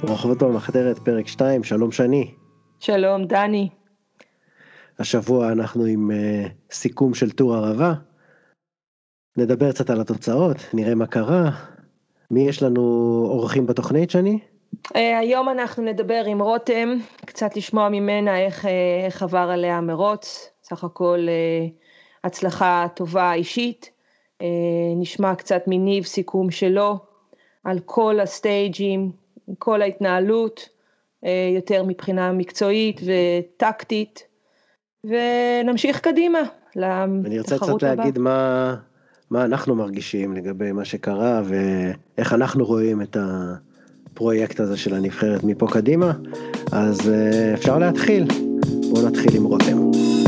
רוכבות במחתרת פרק 2, שלום שני. שלום דני. השבוע אנחנו עם סיכום של טור ערבה. נדבר קצת על התוצאות, נראה מה קרה. מי יש לנו אורחים בתוכנית שני? היום אנחנו נדבר עם רותם, קצת לשמוע ממנה איך עבר עליה מרוץ, סך הכל הצלחה טובה אישית. נשמע קצת מניב סיכום שלו על כל הסטייג'ים, כל ההתנהלות, יותר מבחינה מקצועית וטקטית, ונמשיך קדימה לתחרות הבאה. אני רוצה קצת להגיד מה אנחנו מרגישים לגבי מה שקרה, ואיך אנחנו רואים את הפרויקט הזה של הנבחרת מפה קדימה. אז אפשר להתחיל. בואו נתחיל עם רותם.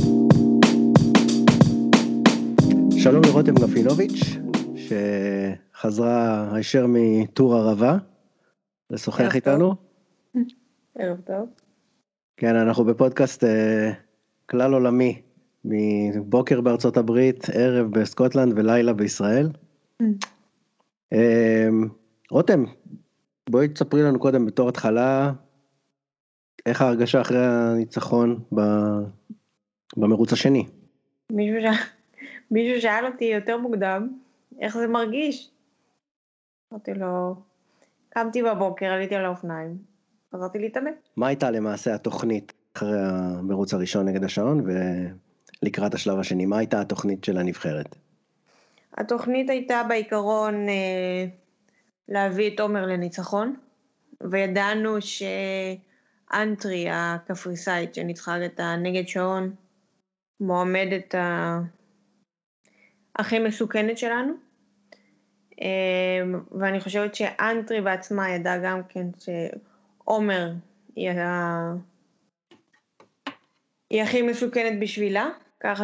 שלום לרותם גפינוביץ', שחזרה הישר מטור ערבה, לשוחח איתנו. ערב טוב. כן, אנחנו בפודקאסט כלל עולמי, מבוקר בארצות הברית, ערב בסקוטלנד ולילה בישראל. רותם, בואי תספרי לנו קודם בתור התחלה, איך ההרגשה אחרי הניצחון במרוץ השני? מישהו שאל אותי יותר מוקדם, איך זה מרגיש? אמרתי לו, קמתי בבוקר, עליתי על האופניים, חזרתי להתאמן. מה הייתה למעשה התוכנית אחרי המרוץ הראשון נגד השעון ולקראת השלב השני? מה הייתה התוכנית של הנבחרת? התוכנית הייתה בעיקרון להביא את עומר לניצחון, וידענו שאנטרי הקפריסאית שניצחה את נגד שעון, מועמדת הכי מסוכנת שלנו, ואני חושבת שאנטרי בעצמה ידעה גם כן שעומר היא הכי מסוכנת בשבילה, ככה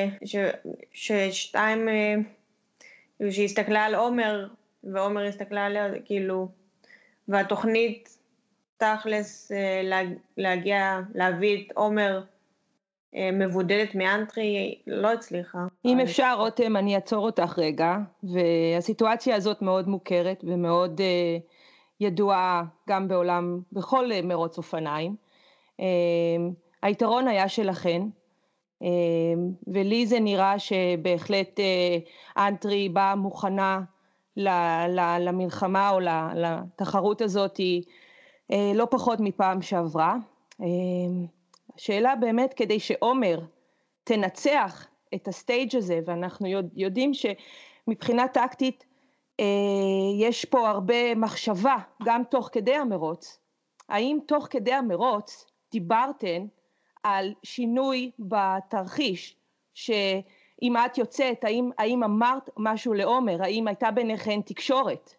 ששתיים, שהיא הסתכלה על עומר, ועומר הסתכלה עליה, כאילו, והתוכנית תכלס להביא את עומר מבודדת מאנטרי, לא הצליחה. אם אפשר רותם, אני אעצור אותך רגע, והסיטואציה הזאת מאוד מוכרת ומאוד ידועה גם בעולם, בכל מרוץ אופניים. היתרון היה שלכן, ולי זה נראה שבהחלט אנטרי באה מוכנה למלחמה או לתחרות הזאת, לא פחות מפעם שעברה. השאלה באמת, כדי שעומר תנצח את הסטייג' הזה, ואנחנו יודעים שמבחינה טקטית יש פה הרבה מחשבה, גם תוך כדי המרוץ. האם תוך כדי המרוץ דיברתן על שינוי בתרחיש, שאם את יוצאת, האם אמרת משהו לעומר, האם הייתה ביניכן תקשורת?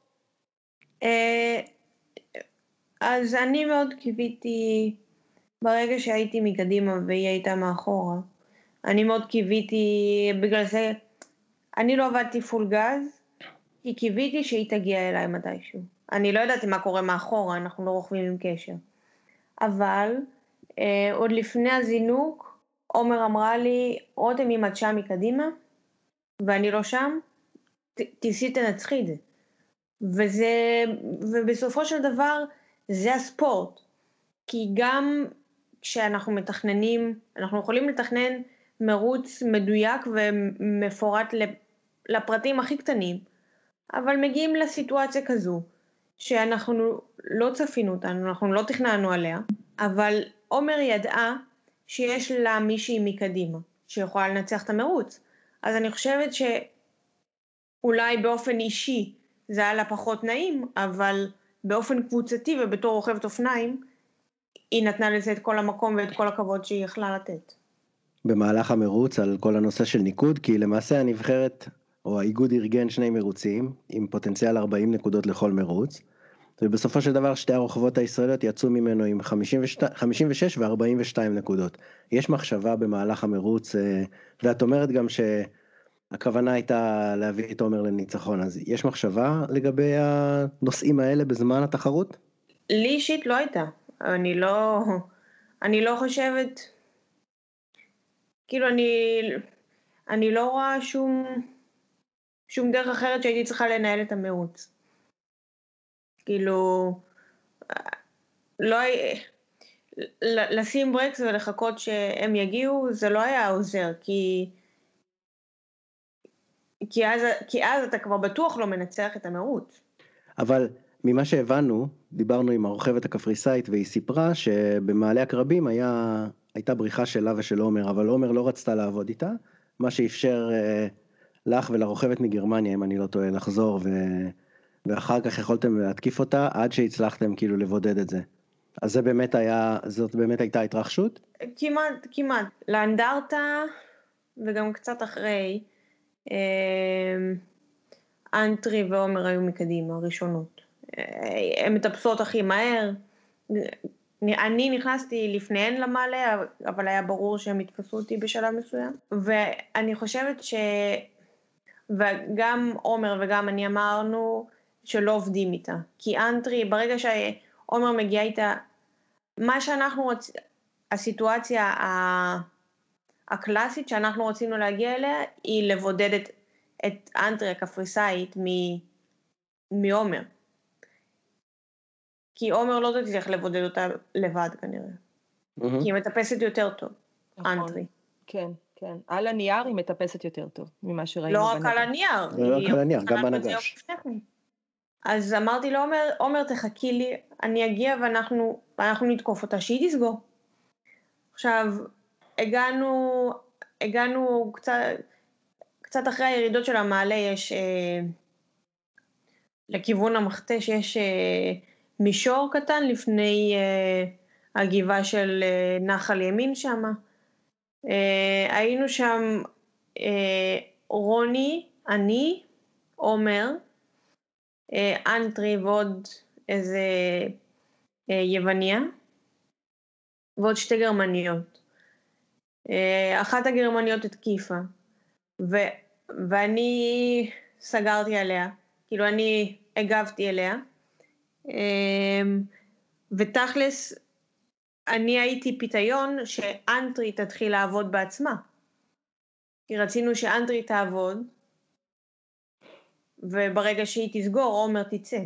אז אני מאוד קיוויתי, ברגע שהייתי מקדימה והיא הייתה מאחורה, אני מאוד קיוויתי, בגלל זה אני לא עבדתי פול גז, כי קיוויתי שהיא תגיע אליי מתישהו. אני לא ידעתי מה קורה מאחורה, אנחנו לא רוכבים עם קשר. אבל עוד לפני הזינוק, עומר אמרה לי, רותם אם את שם מקדימה, ואני לא שם, תיסי תנצחי את זה. ובסופו של דבר, זה הספורט. כי גם כשאנחנו מתכננים, אנחנו יכולים לתכנן מרוץ מדויק ומפורט לפרטים הכי קטנים, אבל מגיעים לסיטואציה כזו, שאנחנו לא צפינו אותנו, אנחנו לא תכננו עליה, אבל עומר ידעה שיש לה מישהי מקדימה, שיכולה לנצח את המרוץ. אז אני חושבת שאולי באופן אישי זה היה לה פחות נעים, אבל באופן קבוצתי ובתור רוכבת אופניים, היא נתנה לזה את כל המקום ואת כל הכבוד שהיא יכלה לתת. במהלך המרוץ על כל הנושא של ניקוד, כי למעשה הנבחרת או האיגוד ארגן שני מרוצים עם פוטנציאל 40 נקודות לכל מרוץ, ובסופו של דבר שתי הרוכבות הישראליות יצאו ממנו עם 56 ו-42 נקודות. יש מחשבה במהלך המרוץ, ואת אומרת גם שהכוונה הייתה להביא את עומר לניצחון, אז יש מחשבה לגבי הנושאים האלה בזמן התחרות? לי אישית לא הייתה. אני לא חושבת, כאילו אני לא רואה שום דרך אחרת שהייתי צריכה לנהל את המרוץ. כאילו, לא, לשים ברקס ולחכות שהם יגיעו, זה לא היה עוזר, כי אז אתה כבר בטוח לא מנצח את המרוץ. אבל ממה שהבנו, דיברנו עם הרוכבת הקפריסאית, והיא סיפרה שבמעלה הקרבים הייתה בריחה שלה ושל עומר, אבל עומר לא רצתה לעבוד איתה, מה שאפשר לך ולרוכבת מגרמניה, אם אני לא טועה, לחזור, ואחר כך יכולתם להתקיף אותה, עד שהצלחתם כאילו לבודד את זה. אז זאת באמת הייתה התרחשות? כמעט. לאנדרטה, וגם קצת אחרי, אנטרי ועומר היו מקדימה, הראשונות. הן מטפסות הכי מהר. אני נכנסתי לפניהן למעלה, אבל היה ברור שהם יתפסו אותי בשלב מסוים. ואני חושבת וגם עומר וגם אני אמרנו שלא עובדים איתה. כי אנטרי, ברגע שעומר מגיע איתה, מה שאנחנו הסיטואציה הקלאסית שאנחנו רצינו להגיע אליה, היא לבודד את אנטרי הקפריסאית מעומר. כי עומר לא תצליח לבודד אותה לבד כנראה. כי היא מטפסת יותר טוב, אנטרי. כן, כן. על הנייר היא מטפסת יותר טוב ממה שראינו. לא רק על הנייר. לא רק על הנייר, גם בנגש. אז אמרתי לו, עומר תחכי לי, אני אגיע ואנחנו נתקוף אותה, שהיא תסגור. עכשיו, הגענו קצת אחרי הירידות של המעלה, יש לכיוון המכתש, יש מישור קטן לפני הגבעה של נחל ימין שם. היינו שם רוני, אני, עומר, אנטרי ועוד איזה יווניה, ועוד 2 גרמניות. אחת הגרמניות התקיפה, ואני סגרתי עליה, כאילו אני הגבתי אליה, ותכלס אני הייתי פיתיון שאנטרי תתחיל לעבוד בעצמה, כי רצינו שאנטרי תעבוד, וברגע שהיא תסגור עומר תצא,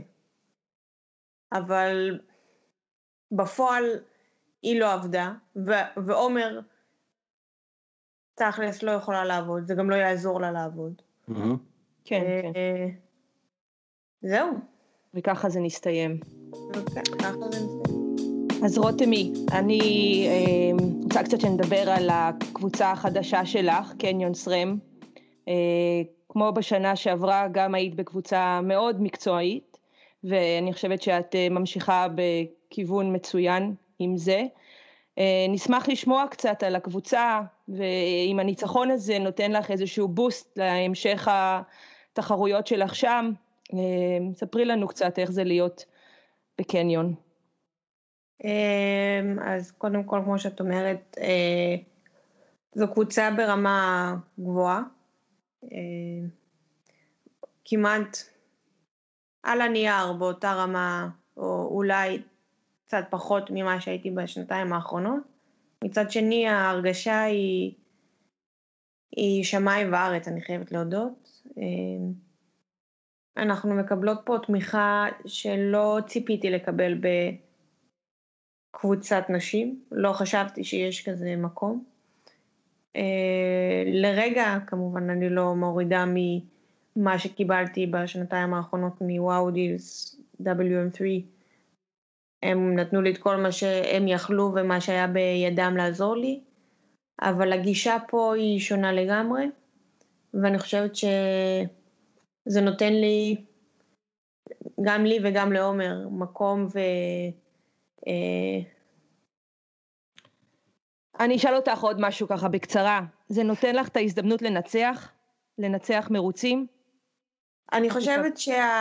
אבל בפועל היא לא עבדה, ועומר תכלס לא יכולה לעבוד, זה גם לא יעזור לה לעבוד. כן, כן. זהו. וככה זה נסתיים. כן, ככה זה מסתיים. אז רוטמי, אני רוצה קצת שנדבר על הקבוצה החדשה שלך, קניון סרם. כמו בשנה שעברה, גם היית בקבוצה מאוד מקצועית, ואני חושבת שאת ממשיכה בכיוון מצוין עם זה. נשמח לשמוע קצת על הקבוצה, ואם הניצחון הזה נותן לך איזשהו בוסט להמשך התחרויות שלך שם, ספרי לנו קצת איך זה להיות בקניון. אז קודם כל, כמו שאת אומרת, זו קבוצה ברמה גבוהה, כמעט על הנייר באותה רמה, או אולי קצת פחות ממה שהייתי בשנתיים האחרונות. מצד שני, ההרגשה היא שמיים וארץ, אני חייבת להודות. אנחנו מקבלות פה תמיכה שלא ציפיתי לקבל בקבוצת נשים, לא חשבתי שיש כזה מקום. לרגע, כמובן, אני לא מורידה ממה שקיבלתי בשנתיים האחרונות מוואו דילס, WM3. הם נתנו לי את כל מה שהם יכלו ומה שהיה בידם לעזור לי, אבל הגישה פה היא שונה לגמרי, ואני חושבת שזה נותן לי, גם לי וגם לעומר, מקום אני אשאל אותך עוד משהו ככה בקצרה, זה נותן לך את ההזדמנות לנצח מרוצים? אני חושבת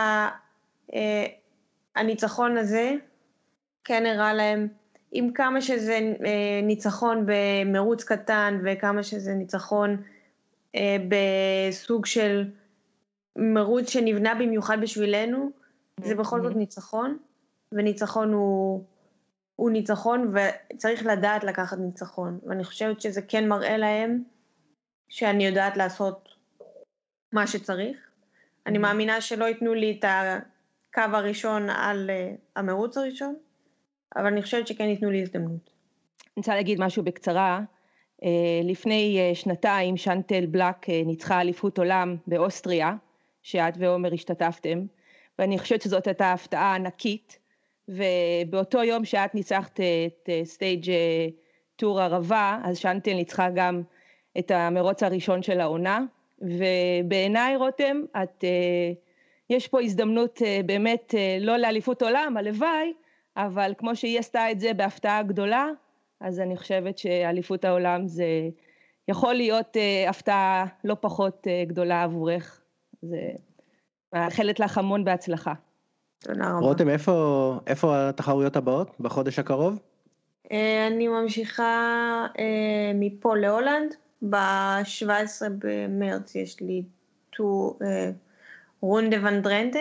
שהניצחון הזה כן הראה להם, עם כמה שזה ניצחון במרוץ קטן, וכמה שזה ניצחון בסוג של מרוץ שנבנה במיוחד בשבילנו, זה בכל זאת ניצחון, וניצחון הוא ניצחון, וצריך לדעת לקחת ניצחון, ואני חושבת שזה כן מראה להם, שאני יודעת לעשות מה שצריך. אני מאמינה שלא ייתנו לי את הקו הראשון על המרוץ הראשון, אבל אני חושבת שכן ייתנו לי הזדמנות. אני רוצה להגיד משהו בקצרה. לפני שנתיים שנטל בלק ניצחה אליפות עולם באוסטריה, שאת ועומר השתתפתם, ואני חושבת שזאת הייתה הפתעה ענקית, ובאותו יום שאת ניצחת את סטייג' טור ערבה, אז שנטל ניצחה גם את המרוץ הראשון של העונה, ובעיניי רותם, יש פה הזדמנות באמת לא לאליפות עולם, הלוואי, אבל כמו שהיא עשתה את זה בהפתעה גדולה, אז אני חושבת שאליפות העולם זה יכול להיות הפתעה לא פחות גדולה עבורך. זה מאחלת לך המון בהצלחה. תודה רבה. רותם, איפה התחרויות הבאות בחודש הקרוב? אני ממשיכה מפה להולנד, ב-17 במרץ יש לי רונדה ון דרנטה,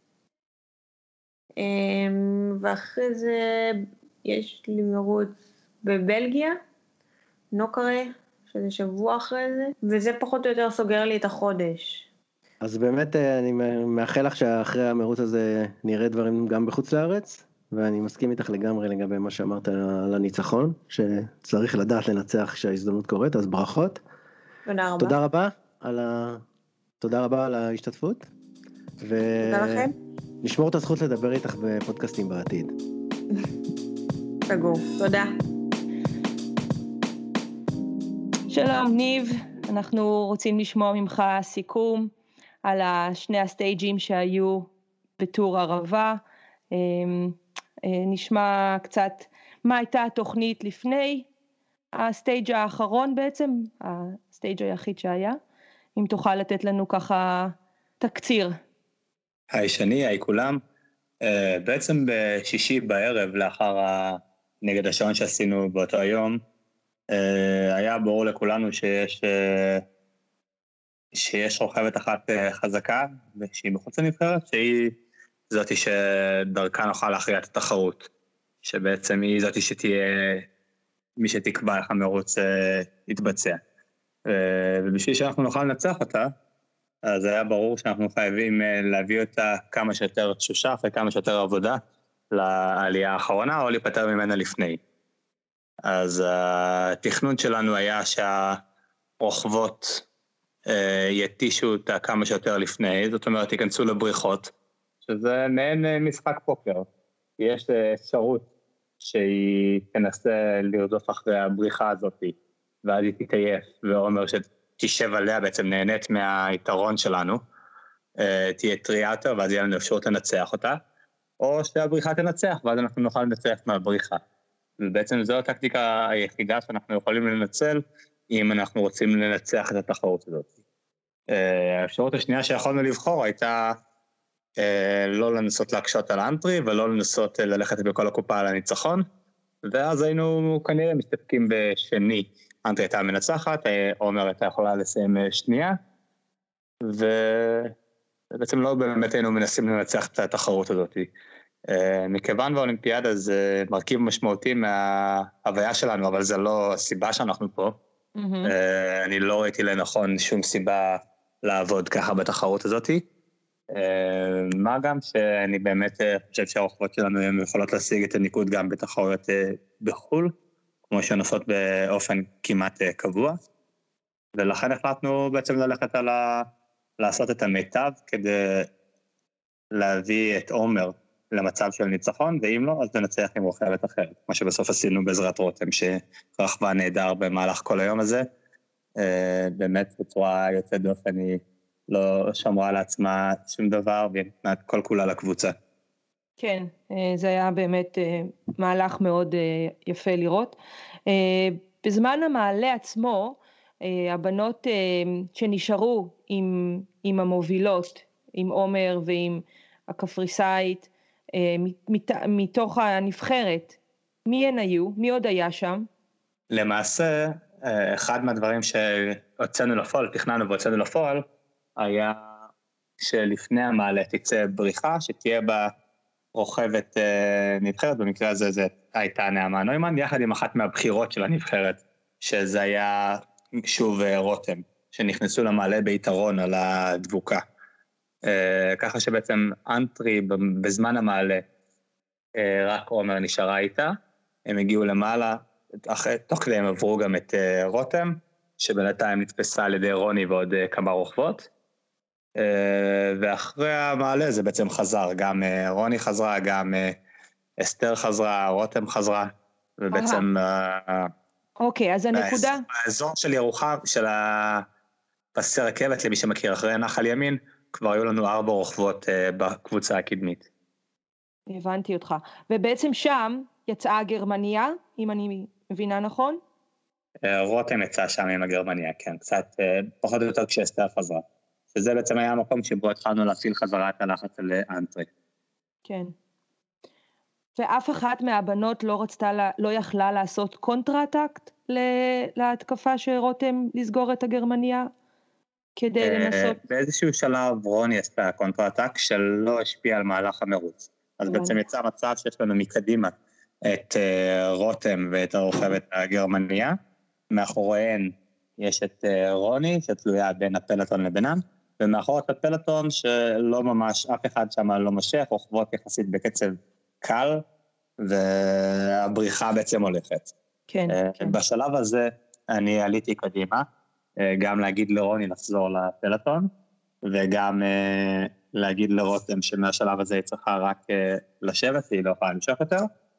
ואחרי זה יש לי מרוץ בבלגיה, נוקרה, שזה שבוע אחרי זה, וזה פחות או יותר סוגר לי את החודש. אז באמת אני מאחל לך שאחרי המרוץ הזה נראה דברים גם בחוץ לארץ, ואני מסכים איתך לגמרי לגבי מה שאמרת על הניצחון, שצריך לדעת לנצח כשההזדמנות קורית, אז ברכות. תודה רבה. תודה רבה על ההשתתפות. תודה לכם. נשמור את הזכות לדבר איתך בפודקאסטים בעתיד. סגור, תודה. שלום ניב, אנחנו רוצים לשמוע ממך סיכום על שני הסטייג'ים שהיו בטור ערבה. נשמע קצת מה הייתה התוכנית לפני הסטייג' האחרון בעצם, הסטייג' היחיד שהיה. אם תוכל לתת לנו ככה תקציר. היי שני, היי כולם. בעצם בשישי בערב לאחר נגד השעון שעשינו באותו היום, היה ברור לכולנו שיש רוכבת אחת חזקה, ושהיא מחוץ לנבחרת, שהיא זאתי שדרכה נוכל להכריע את התחרות, שבעצם היא זאתי שתהיה מי שתקבע איך המרוץ יתבצע. ובשביל שאנחנו נוכל לנצח אותה, אז היה ברור שאנחנו חייבים להביא אותה כמה שיותר תשושה וכמה שיותר עבודה לעלייה האחרונה, או להיפטר ממנה לפני. אז התכנון שלנו היה שהרוכבות יתישו אותה כמה שיותר לפני, זאת אומרת, ייכנסו לבריחות, שזה מעין משחק פוקר. יש אפשרות שהיא תנסה לרדוף אחרי הבריחה הזאת, ואז היא תתעייף, ואומר שתשב עליה בעצם נהנית מהיתרון שלנו, תהיה טריה יותר, ואז יהיה לנו אפשרות לנצח אותה, או שהבריחה תנצח, ואז אנחנו נוכל לנצח מהבריחה. ובעצם זו הטקטיקה היחידה שאנחנו יכולים לנצל, אם אנחנו רוצים לנצח את התחרות הזאת. האפשרות השנייה שיכולנו לבחור הייתה לא לנסות להקשות על האנטרי, ולא לנסות ללכת בכל הקופה על הניצחון, ואז היינו כנראה מסתפקים בשני. האנטרי הייתה מנצחת, עומר הייתה יכולה לסיים שנייה, ובעצם לא באמת היינו מנסים לנצח את התחרות הזאת. מכיוון באולימפיאדה זה מרכיב משמעותי מההוויה שלנו, אבל זה לא הסיבה שאנחנו פה. אני לא ראיתי לנכון שום סיבה לעבוד ככה בתחרות הזאת. מה גם שאני באמת חושב שהרוכבות שלנו יכולות להשיג את הניקוד גם בתחרויות בחו"ל, כמו שנוסעות באופן כמעט קבוע, ולכן החלטנו בעצם ללכת לעשות את המיטב כדי להביא את עומר למצב של ניצחון, ואם לא, אז ננצח עם רוכבת אחרת, כמו שבסוף עשינו בעזרת רותם, שרכבה נהדר במהלך כל היום הזה, באמת בצורה יוצאת דופן, היא לא שמרה לעצמה שום דבר, והיא נתנה כל כולה לקבוצה. כן, זה היה באמת מהלך מאוד יפה לראות. בזמן המעלה עצמו, הבנות שנשארו עם המובילות, עם עומר ועם הקפריסאית, מתוך הנבחרת, מי הן היו? מי עוד היה שם? למעשה, אחד מהדברים שהוצאנו לפועל, תכננו והוצאנו לפועל, היה שלפני המעלה תצא בריחה, שתהיה בה רוכבת נבחרת, במקרה הזה זה הייתה נעמה נוימן, יחד עם אחת מהבחירות של הנבחרת, שזה היה שוב רותם, שנכנסו למעלה ביתרון על הדבוקה. ככה שבעצם אנטרי בזמן המעלה רק עומר נשארה איתה, הם הגיעו למעלה, תוך כדי הם עברו גם את רותם, שבינתיים נתפסה על ידי רוני ועוד כמה רוכבות, ואחרי המעלה זה בעצם חזר, גם רוני חזרה, גם אסתר חזרה, רותם חזרה, ובעצם... אוקיי, אז הנקודה... האזור של ירוחם, של פסי רכבת, למי שמכיר, אחרי נחל ימין, כבר היו לנו 4 רוכבות בקבוצה הקדמית. הבנתי אותך. ובעצם שם יצאה גרמניה, אם אני מבינה נכון? רותם יצאה שם עם הגרמניה, כן, קצת פחות או יותר כשאסתר חזרה. שזה בעצם היה המקום שבו התחלנו להפעיל חזרה את הלחץ על אנטרי. כן. ואף אחת מהבנות לא יכלה לעשות קונטרה-טקט להתקפה שרותם לסגור את הגרמניה? כדי לנסות... באיזשהו שלב רוני עשתה קונטרה-טקט שלא השפיע על מהלך המרוץ. אז בעצם יצא מצב שיש לנו מקדימה את רותם ואת הרוכבת הגרמניה, מאחוריהן יש את רוני שתלויה בין הפלטון לבינם, ומאחורי הפלטון שלא ממש, אף אחד שם לא משך, רוכבות יחסית בקצב קל, והבריחה בעצם הולכת. כן, כן. בשלב הזה אני עליתי קדימה, גם להגיד לרוני לחזור לפלטון, וגם להגיד לרותם שמהשלב הזה היא צריכה רק לשבת, והיא לא יכולה למשוך יותר.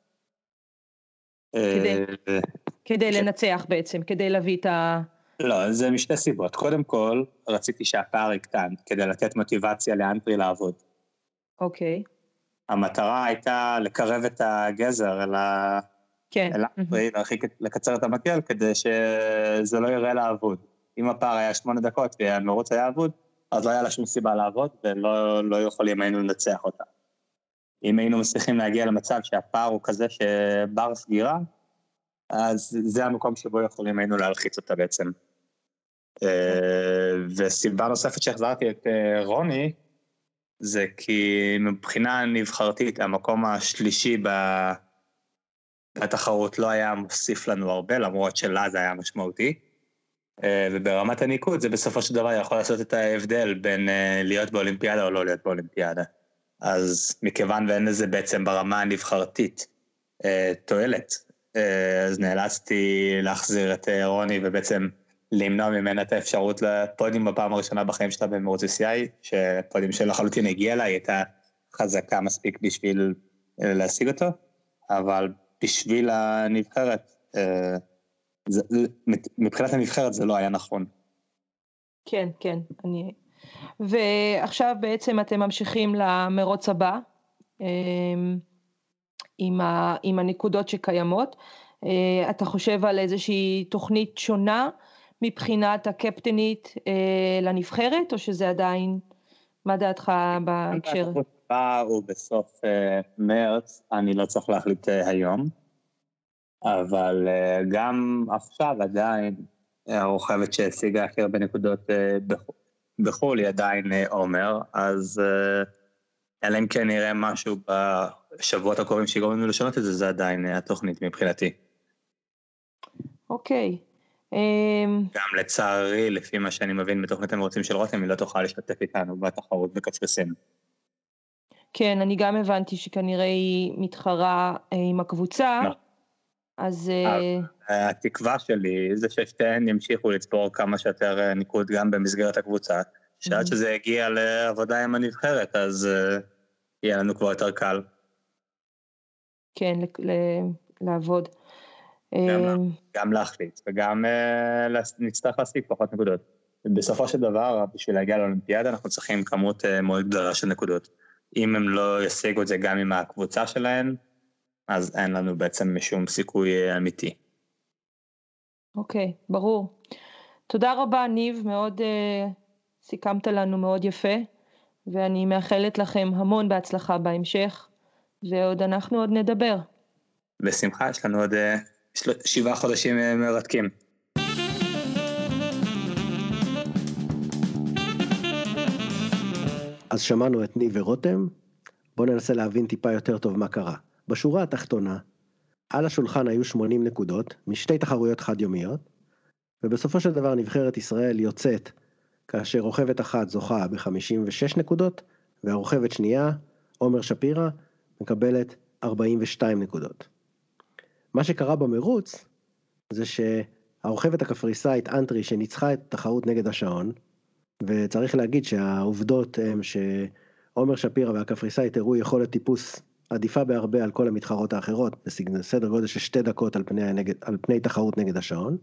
כדי לנצח בעצם, כדי להביא את ה... לא, זה משתי סיבות. קודם כל, רציתי שהפער יקטן, כדי לתת מוטיבציה לאנטרי לעבוד. אוקיי. המטרה הייתה לקרב את הגזר אל אנטרי, לקצר את המקל, כדי שזה לא יראה לעבוד. אם הפער היה 8 דקות והמרוץ היה עבוד, אז לא היה לה שום סיבה לעבוד, ולא יכולים היינו לנצח אותה. אם היינו מצליחים להגיע למצב שהפער הוא כזה שבר סגירה, אז זה המקום שבו יכולים היינו להלחיץ אותה בעצם. וסיבה נוספת שהחזרתי את רוני, זה כי מבחינה נבחרתית, המקום השלישי בתחרות לא היה מוסיף לנו הרבה, למרות שלה זה היה משמעותי. וברמת הניקוד זה בסופו של דבר יכול לעשות את ההבדל בין להיות באולימפיאדה או לא להיות באולימפיאדה. אז מכיוון ואין לזה בעצם ברמה הנבחרתית תועלת, אז נאלצתי להחזיר את רוני ובעצם למנוע ממנה את האפשרות לפודיום בפעם הראשונה בחיים שלה במרוץ UCI, שפודיום שלחלוטין הגיע לה, היא הייתה חזקה מספיק בשביל להשיג אותו, אבל בשביל הנבחרת, מבחינת הנבחרת זה לא היה נכון. כן, כן. ועכשיו בעצם אתם ממשיכים למרוץ הבא, עם הנקודות שקיימות. אתה חושב על איזושהי תוכנית שונה מבחינת הקפטנית לנבחרת, או שזה עדיין, מה דעתך בהקשר? הוא בסוף מרץ, אני לא צריך להחליט היום, אבל גם עכשיו עדיין הרוכבת שהשיגה הכי הרבה נקודות בחול היא עדיין עומר, אז אלא אם כן נראה משהו בשבועות הקרובים שיגרום לנו לשנות את זה, זה עדיין התוכנית מבחינתי. אוקיי. גם לצערי, לפי מה שאני מבין בתוכנית המרוצים של רותם, היא לא תוכל להשתתף איתנו בתחרות בקפריסין. כן, אני גם הבנתי שכנראה היא מתחרה עם הקבוצה, אז... התקווה שלי זה ששתיהן ימשיכו לצבור כמה שיותר ניקוד גם במסגרת הקבוצה, שעד שזה יגיע לעבודה עם הנבחרת, אז יהיה לנו כבר יותר קל. כן, לעבוד. גם להחליט, וגם נצטרך להשיג פחות נקודות. בסופו של דבר, בשביל להגיע לאולימפיאדה, אנחנו צריכים כמות מאוד גדולה של נקודות. אם הם לא ישיגו את זה גם עם הקבוצה שלהם, אז אין לנו בעצם משום סיכוי אמיתי. אוקיי, ברור. תודה רבה, ניב, מאוד סיכמת לנו מאוד יפה, ואני מאחלת לכם המון בהצלחה בהמשך, אנחנו עוד נדבר. בשמחה, יש לנו עוד 7 חודשים מרתקים. אז שמענו את ניב ורותם, בואו ננסה להבין טיפה יותר טוב מה קרה. בשורה התחתונה, על השולחן היו 80 נקודות, משתי תחרויות חד-יומיות, ובסופו של דבר נבחרת ישראל יוצאת, כאשר רוכבת אחת זוכה ב-56 נקודות, והרוכבת שנייה, עומר שפירא, מקבלת 42 נקודות. מה שקרה במרוץ, זה שהרוכבת הקפריסאית אנטרי שניצחה את תחרות נגד השעון, וצריך להגיד שהעובדות הם שעומר שפירא והקפריסאית הראו יכולת טיפוס עדיפה בהרבה על כל המתחרות האחרות, בסדר גודל של 2 דקות על פני תחרות נגד השעון.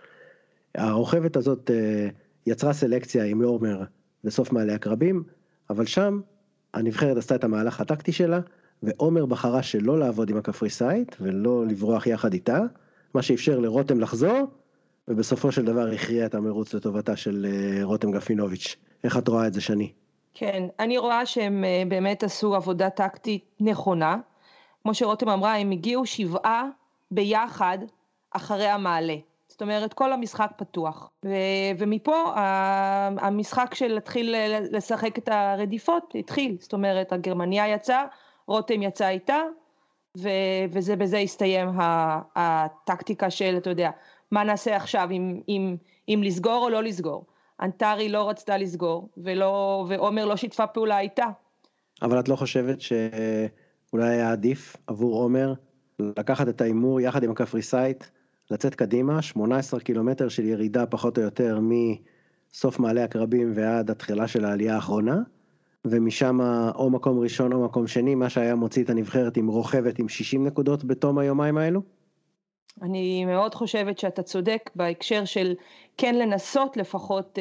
הרוכבת הזאת יצרה סלקציה עם עומר בסוף מעלה הקרבים, אבל שם הנבחרת עשתה את המהלך הטקטי שלה, ועומר בחרה שלא לעבוד עם הקפריסאית ולא לברוח יחד איתה, מה שאפשר לרותם לחזור, ובסופו של דבר הכריע את המרוץ לטובתה של רותם גפינוביץ'. איך את רואה את זה, שני? כן, אני רואה שהם באמת עשו עבודה טקטית נכונה. כמו שרותם אמרה, הם הגיעו 7 ביחד אחרי המעלה. זאת אומרת, כל המשחק פתוח. ומפה המשחק של להתחיל לשחק את הרדיפות התחיל. זאת אומרת, הגרמניה יצאה, רותם יצא איתה, וזה בזה הסתיים הטקטיקה של, אתה יודע, מה נעשה עכשיו, אם לסגור או לא לסגור. אנטרי לא רצתה לסגור, ועומר לא שיתפה פעולה איתה. אבל את לא חושבת שאולי היה עדיף עבור עומר לקחת את האימור יחד עם הקפריסאית, לצאת קדימה, 18 קילומטר של ירידה פחות או יותר מסוף מעלה הקרבים ועד התחילה של העלייה האחרונה, ומשם או מקום ראשון או מקום שני, מה שהיה מוציא את הנבחרת עם רוכבת עם 60 נקודות בתום היומיים האלו? אני מאוד חושבת שאתה צודק בהקשר של כן לנסות לפחות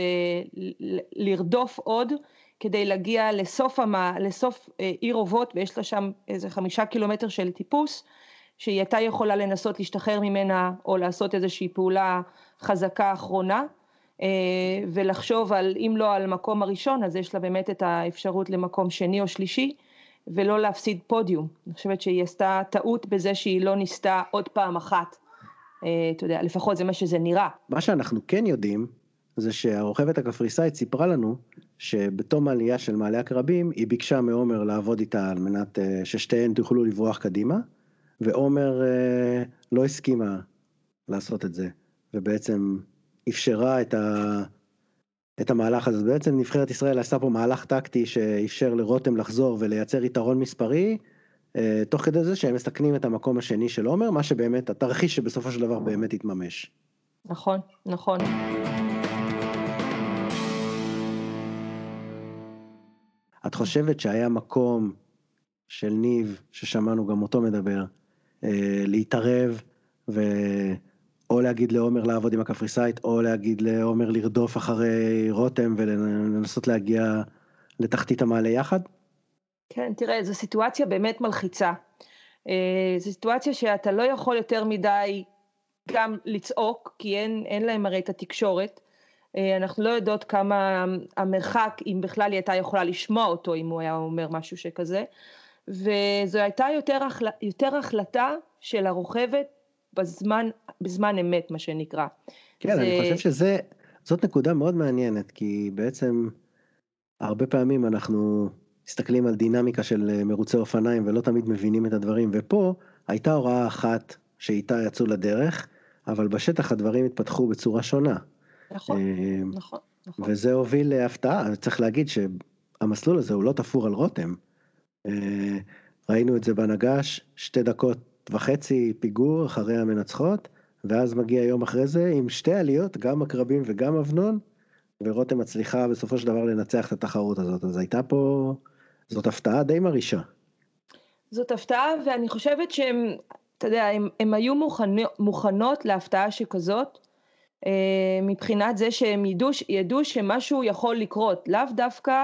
לרדוף עוד, כדי להגיע לסוף עיר אובות, ויש לה שם איזה 5 קילומטר של טיפוס, שהיא הייתה יכולה לנסות להשתחרר ממנה, או לעשות איזושהי פעולה חזקה אחרונה, ולחשוב אם לא על מקום הראשון, אז יש לה באמת את האפשרות למקום שני או שלישי, ולא להפסיד פודיום. אני חושבת שהיא עשתה טעות בזה שהיא לא ניסתה עוד פעם אחת. אתה יודע, לפחות זה מה שזה נראה. מה שאנחנו כן יודעים, זה שהרוכבת הקפריסאית סיפרה לנו, שבתום העלייה של מעלה הקרבים, היא ביקשה מעומר לעבוד איתה על מנת ששתיהן תוכלו לברוח קדימה, ועומר לא הסכימה לעשות את זה, ובעצם אפשרה את המהלך הזה. בעצם נבחרת ישראל עשה פה מהלך טקטי שאפשר לרותם לחזור ולייצר יתרון מספרי, תוך כדי זה שהם מסתכנים את המקום השני של עומר, מה שבאמת, התרחיש שבסופו של דבר באמת יתממש. נכון, נכון. את חושבת שהיה מקום של ניב, ששמענו גם אותו מדבר, להתערב או להגיד לעומר לעבוד עם הקפריסאית, או להגיד לעומר לרדוף אחרי רותם ולנסות להגיע לתחתית המעלה יחד? כן, תראה, זו סיטואציה באמת מלחיצה. זו סיטואציה שאתה לא יכול יותר מדי גם לצעוק, כי אין להם הרי את התקשורת. אנחנו לא יודעות כמה המרחק, אם בכלל היא הייתה יכולה לשמוע אותו, אם הוא היה אומר משהו שכזה. וזו הייתה יותר החלטה של הרוכבת בזמן אמת, מה שנקרא. כן, אני חושב שזאת נקודה מאוד מעניינת, כי בעצם הרבה פעמים אנחנו מסתכלים על דינמיקה של מרוצי אופניים, ולא תמיד מבינים את הדברים, ופה הייתה הוראה אחת שאיתה יצאו לדרך, אבל בשטח הדברים התפתחו בצורה שונה. נכון, נכון. וזה הוביל להפתעה. צריך להגיד שהמסלול הזה הוא לא תפור על רותם. ראינו את זה בנגש, 2.5 דקות פיגור אחרי המנצחות, ואז מגיע יום אחרי זה עם 2 עליות, גם הקרבים וגם אבנון, ורותם מצליחה בסופו של דבר לנצח את התחרות הזאת. אז הייתה פה, זאת הפתעה די מרישה. זאת הפתעה, ואני חושבת שהם, אתה יודע, הם היו מוכנות להפתעה שכזאת, מבחינת זה שהם ידעו שמשהו יכול לקרות, לאו דווקא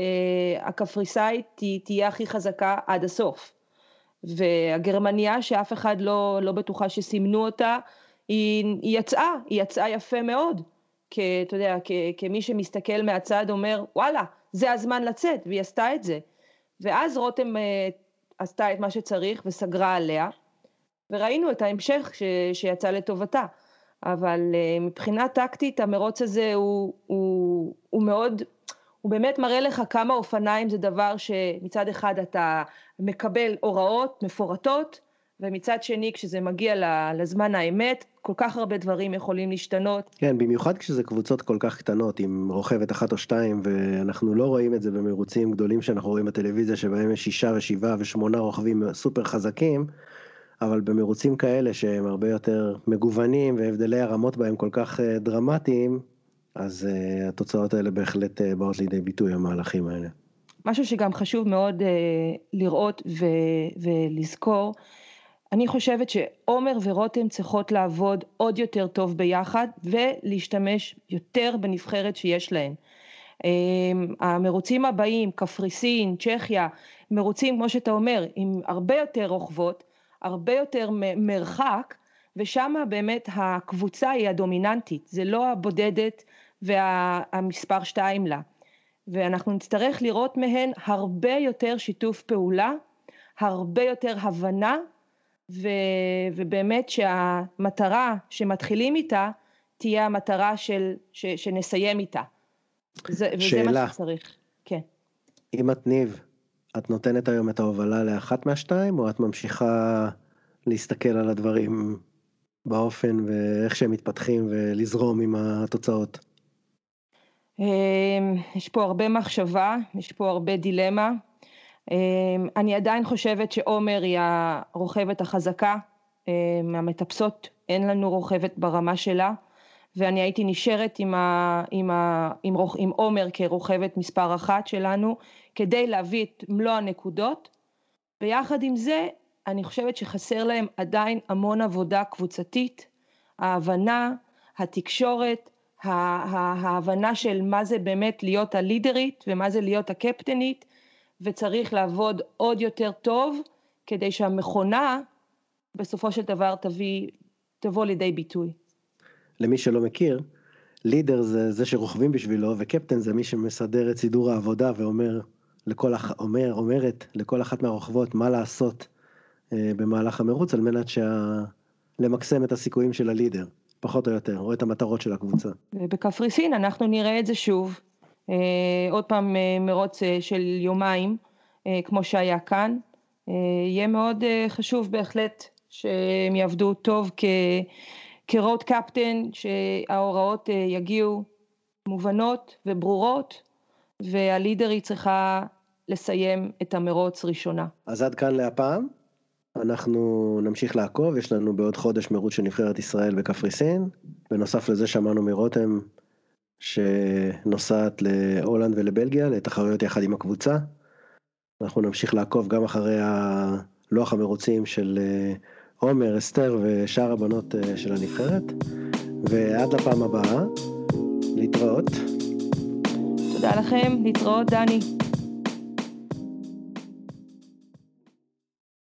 הקפריסאית תהיה הכי חזקה עד הסוף. והגרמניה שאף אחד לא בטוחה שסימנו אותה, היא יצאה יפה מאוד. אתה יודע, כמי שמסתכל מהצד אומר, וואלה, זה הזמן לצאת, והיא עשתה את זה. ואז רותם עשתה את מה שצריך וסגרה עליה, וראינו את ההמשך שיצא לטובתה. אבל מבחינה טקטית, המרוץ הזה הוא מאוד, הוא באמת מראה לך כמה אופניים זה דבר שמצד אחד אתה מקבל הוראות מפורטות, ומצד שני, כשזה מגיע לזמן האמת, כל כך הרבה דברים יכולים להשתנות. כן, במיוחד כשזה קבוצות כל כך קטנות, עם רוכבת 1 או 2, ואנחנו לא רואים את זה במרוצים גדולים שאנחנו רואים בטלוויזיה, שבהם יש 6 ו7 ו8 רוכבים סופר חזקים, אבל במרוצים כאלה שהם הרבה יותר מגוונים, והבדלי הרמות בהם כל כך דרמטיים, אז התוצאות האלה בהחלט באות לידי ביטוי, המהלכים האלה. משהו שגם חשוב מאוד לראות ולזכור, אני חושבת שעומר ורותם צריכות לעבוד עוד יותר טוב ביחד, ולהשתמש יותר בנבחרת שיש להן. המרוצים הבאים, קפריסין, צ'כיה, מרוצים כמו שאתה אומר, עם הרבה יותר רוכבות, הרבה יותר מרחק, ושם באמת הקבוצה היא הדומיננטית, זה לא הבודדת והמספר 2 לה. ואנחנו נצטרך לראות מהן הרבה יותר שיתוף פעולה, הרבה יותר הבנה, ובאמת שהמטרה שמתחילים איתה, תהיה המטרה שנסיים איתה. וזה מה שצריך. כן. אם את ניב, את נותנת היום את ההובלה לאחת מהשתיים, או את ממשיכה להסתכל על הדברים באופן ואיך שהם מתפתחים ולזרום עם התוצאות? יש פה הרבה מחשבה, יש פה הרבה דילמה. אני עדיין חושבת שעומר היא הרוכבת החזקה, מהמטפסות אין לנו רוכבת ברמה שלה, ואני הייתי נשארת עם עומר כרוכבת מספר 1 שלנו, כדי להביא את מלוא הנקודות. ביחד עם זה, אני חושבת שחסר להם עדיין המון עבודה קבוצתית, ההבנה, התקשורת, ההבנה של מה זה באמת להיות הלידרית, ומה זה להיות הקפטנית, וצריך לעבוד עוד יותר טוב, כדי שהמכונה בסופו של דבר תבוא לידי ביטוי. למי שלא מכיר, לידר זה שרוכבים בשבילו, וקפטן זה מי שמסדר את סידור העבודה, אומרת לכל אחת מהרוכבות מה לעשות במהלך המרוץ, על מנת למקסם את הסיכויים של הלידר, פחות או יותר, או את המטרות של הקבוצה. ובקפריסין אנחנו נראה את זה שוב, עוד פעם מרוץ של יומיים, כמו שהיה כאן. יהיה מאוד חשוב בהחלט שהם יעבדו טוב כרוד קפטן, שההוראות יגיעו מובנות וברורות, והלידרית צריכה לסיים את המרוץ ראשונה. אז עד כאן להפעם, אנחנו נמשיך לעקוב, יש לנו בעוד חודש מרוץ של נבחרת ישראל בקפריסין, בנוסף לזה שמענו מרותם שנוסעת להולנד ולבלגיה, לתחרויות יחד עם הקבוצה. אנחנו נמשיך לעקוב גם אחרי לוח המרוצים של עומר, אסתר ושאר הבנות של הנבחרת, ועד לפעם הבאה, להתראות. תודה לכם, להתראות דני.